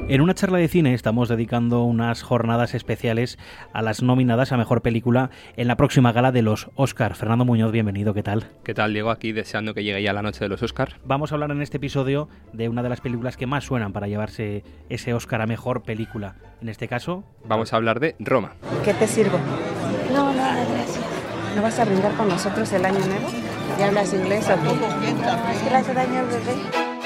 En una charla de cine estamos dedicando unas jornadas especiales a las nominadas a Mejor Película en la próxima gala de los Oscar. Fernando Muñoz, bienvenido, ¿qué tal? ¿Qué tal, Diego? Aquí deseando que llegue ya la noche de los Oscar. Vamos a hablar en este episodio de una de las películas que más suenan para llevarse ese Oscar a Mejor Película. En este caso... Vamos a hablar de Roma. ¿Qué te sirvo? No, nada, gracias. ¿No vas a brindar con nosotros el año nuevo? ¿Ya hablas inglés o qué? Es que le hace daño al bebé.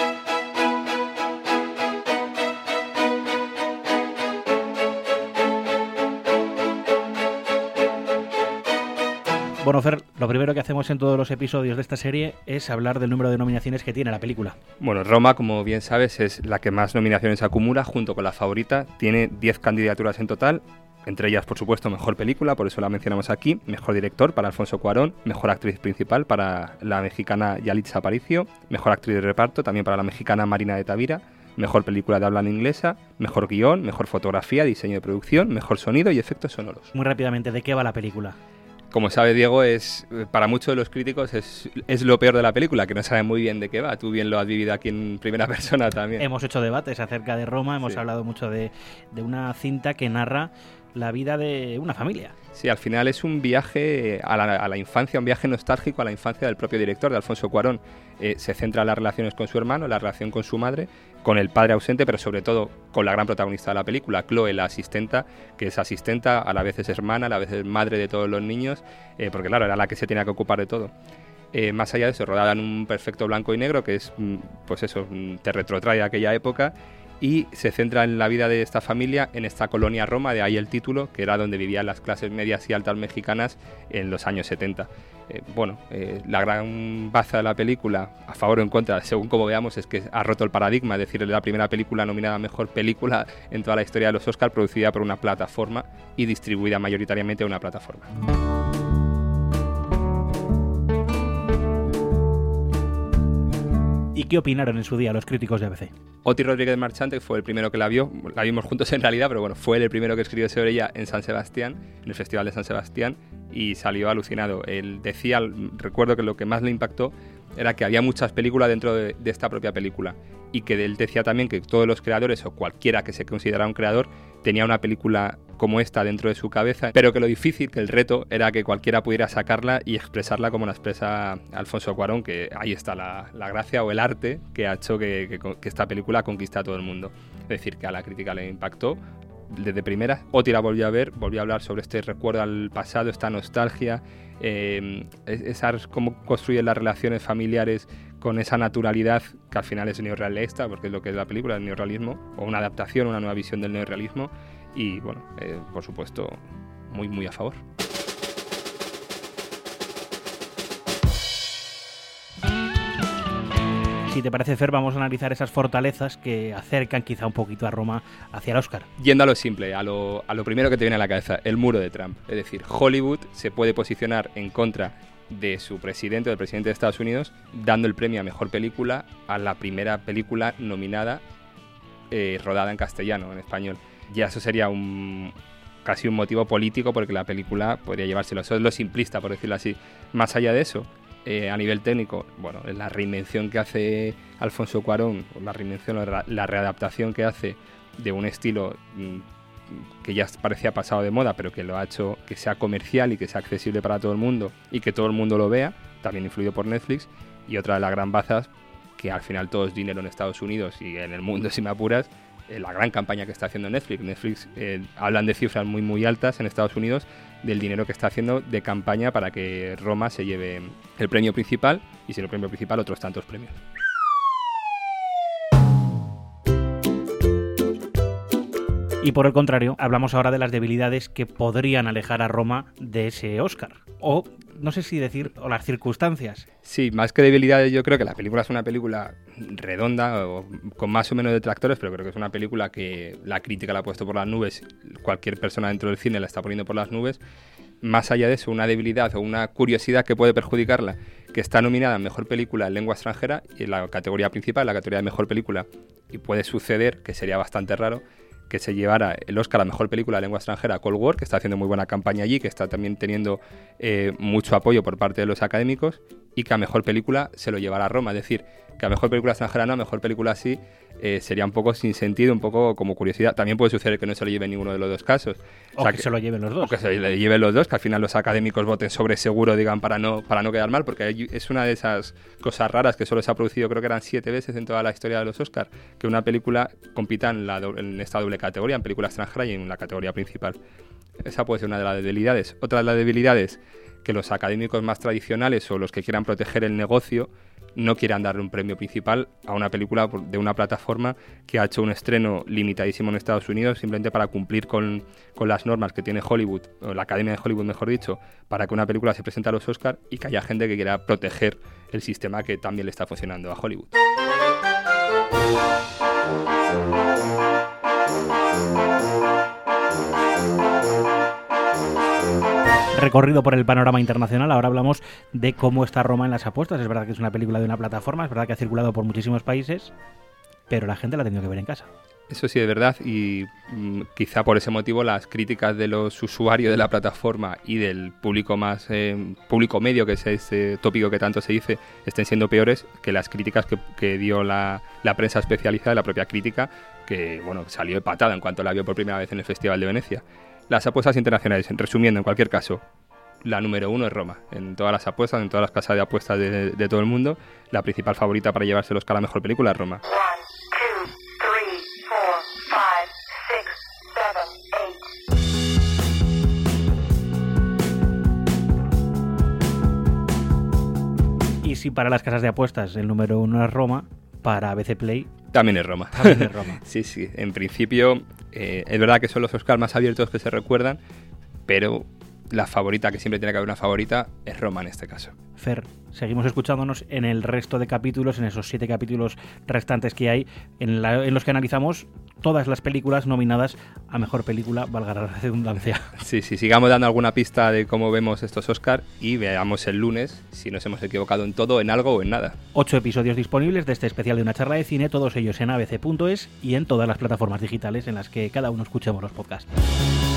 Bueno, Fer, lo primero que hacemos en todos los episodios de esta serie es hablar del número de nominaciones que tiene la película. Bueno, Roma, como bien sabes, es la que más nominaciones acumula, junto con La Favorita. Tiene 10 candidaturas en total, entre ellas, por supuesto, Mejor Película, por eso la mencionamos aquí, Mejor Director para Alfonso Cuarón, Mejor Actriz Principal para la mexicana Yalitza Aparicio, Mejor Actriz de Reparto también para la mexicana Marina de Tavira, Mejor Película de Habla inglesa, Mejor Guión, Mejor Fotografía, Diseño de Producción, Mejor Sonido y Efectos Sonoros. Muy rápidamente, ¿de qué va la película? Como sabe Diego, para muchos de los críticos es lo peor de la película, que no saben muy bien de qué va. Tú bien lo has vivido aquí en primera persona también. Hemos hecho debates acerca de Roma, hemos Sí. hablado mucho de una cinta que narra la vida de una familia. Sí, al final es un viaje a la infancia, un viaje nostálgico a la infancia del propio director, de Alfonso Cuarón. Se centra en las relaciones con su hermano, la relación con su madre, con el padre ausente, pero sobre todo con la gran protagonista de la película, Chloe, la asistenta, que es asistenta, a la vez es hermana, a la vez es madre de todos los niños, porque claro, era la que se tenía que ocupar de todo. Más allá de eso, rodada en un perfecto blanco y negro, que es, pues eso, te retrotrae a aquella época, y se centra en la vida de esta familia en esta colonia Roma, de ahí el título, que era donde vivían las clases medias y altas mexicanas en los años 70. La gran baza de la película, a favor o en contra, según como veamos, es que ha roto el paradigma, es decir, es la primera película nominada a Mejor Película en toda la historia de los Oscar, producida por una plataforma y distribuida mayoritariamente en una plataforma. ¿Y qué opinaron en su día los críticos de ABC? Oti Rodríguez Marchante fue el primero que la vio, la vimos juntos en realidad, pero bueno, fue él el primero que escribió sobre ella en San Sebastián, en el Festival de San Sebastián, y salió alucinado. Él decía, recuerdo que lo que más le impactó era que había muchas películas dentro de esta propia película, y que él decía también que todos los creadores, o cualquiera que se considerara un creador, tenía una película como esta dentro de su cabeza, pero que lo difícil, que el reto, era que cualquiera pudiera sacarla y expresarla como la expresa Alfonso Cuarón, que ahí está la gracia o el arte que ha hecho que esta película conquista a todo el mundo. Es decir, que a la crítica le impactó desde primera. Oti la volvió a ver, volvió a hablar sobre este recuerdo al pasado, esta nostalgia, cómo construyen las relaciones familiares con esa naturalidad que al final es neorrealista, porque es lo que es la película, el neorrealismo, o una adaptación, una nueva visión del neorrealismo, y bueno, por supuesto, muy muy a favor. Si te parece, Fer, vamos a analizar esas fortalezas que acercan quizá un poquito a Roma hacia el Oscar. Yendo a lo simple, a lo primero que te viene a la cabeza, el muro de Trump. Es decir, Hollywood se puede posicionar en contra de su presidente, del presidente de Estados Unidos, dando el premio a Mejor Película a la primera película nominada rodada en castellano, en español. Ya eso sería casi un motivo político porque la película podría llevárselo. Eso es lo simplista, por decirlo así. Más allá de eso, a nivel técnico, bueno, la reinvención que hace Alfonso Cuarón, la readaptación que hace de un estilo que ya parecía pasado de moda, pero que lo ha hecho que sea comercial y que sea accesible para todo el mundo y que todo el mundo lo vea, también influido por Netflix. Y otra de las gran bazas, que al final todo es dinero en Estados Unidos y en el mundo, si me apuras, la gran campaña que está haciendo Netflix. Netflix hablan de cifras muy muy altas en Estados Unidos del dinero que está haciendo de campaña para que Roma se lleve el premio principal, y si no el premio principal, otros tantos premios. Y por el contrario, hablamos ahora de las debilidades que podrían alejar a Roma de ese Oscar. O, no sé si decir, o las circunstancias. Sí, más que debilidades, yo creo que la película es una película redonda, o con más o menos detractores, pero creo que es una película que la crítica la ha puesto por las nubes, cualquier persona dentro del cine la está poniendo por las nubes. Más allá de eso, una debilidad o una curiosidad que puede perjudicarla, que está nominada a Mejor Película en Lengua Extranjera, y en la categoría principal, la categoría de Mejor Película, y puede suceder, que sería bastante raro, que se llevara el Oscar a Mejor Película de Lengua Extranjera Cold War, que está haciendo muy buena campaña allí, que está también teniendo mucho apoyo por parte de los académicos, y que a mejor película se lo llevará Roma. Es decir, que a mejor película extranjera no, a mejor película sí, sería un poco sin sentido, un poco como curiosidad. También puede suceder que no se lo lleve en ninguno de los dos casos. O sea, que se lo lleven los dos. O que se le lleven los dos, que al final los académicos voten sobre seguro, digan, para no quedar mal, porque es una de esas cosas raras que solo se ha producido, creo que eran 7 veces en toda la historia de los Oscars, que una película compita en esta doble categoría, en película extranjera y en la categoría principal. Esa puede ser una de las debilidades. Otra de las debilidades, que los académicos más tradicionales o los que quieran proteger el negocio no quieran darle un premio principal a una película de una plataforma que ha hecho un estreno limitadísimo en Estados Unidos simplemente para cumplir con las normas que tiene Hollywood, o la Academia de Hollywood mejor dicho, para que una película se presente a los Oscars y que haya gente que quiera proteger el sistema que también le está funcionando a Hollywood. Recorrido por el panorama internacional, ahora hablamos de cómo está Roma en las apuestas. Es verdad que es una película de una plataforma, es verdad que ha circulado por muchísimos países, pero la gente la ha tenido que ver en casa. Eso sí es verdad, y quizá por ese motivo las críticas de los usuarios de la plataforma y del público más público medio, que es ese tópico que tanto se dice, estén siendo peores que las críticas que dio la prensa especializada, la propia crítica, que bueno, salió de patada en cuanto la vio por primera vez en el Festival de Venecia. Las apuestas internacionales, resumiendo, en cualquier caso, la número 1 es Roma. En todas las apuestas, en todas las casas de apuestas de todo el mundo, la principal favorita para llevarse el Oscar a la mejor película es Roma. 1, 2, 3, 4, 5, 6, 7, 8. Y si para las casas de apuestas el número 1 es Roma, para ABC Play también es Roma. También es Roma. Sí, en principio es verdad que son los Oscars más abiertos que se recuerdan, pero la favorita, que siempre tiene que haber una favorita, es Roma en este caso. Fer, seguimos escuchándonos en el resto de capítulos, en esos 7 capítulos restantes que hay, en los que analizamos todas las películas nominadas a mejor película, valga la redundancia. Sí, sigamos dando alguna pista de cómo vemos estos Oscar y veamos el lunes si nos hemos equivocado en todo, en algo o en nada. 8 episodios disponibles de este especial de una charla de cine, todos ellos en abc.es y en todas las plataformas digitales en las que cada uno escuchemos los podcasts.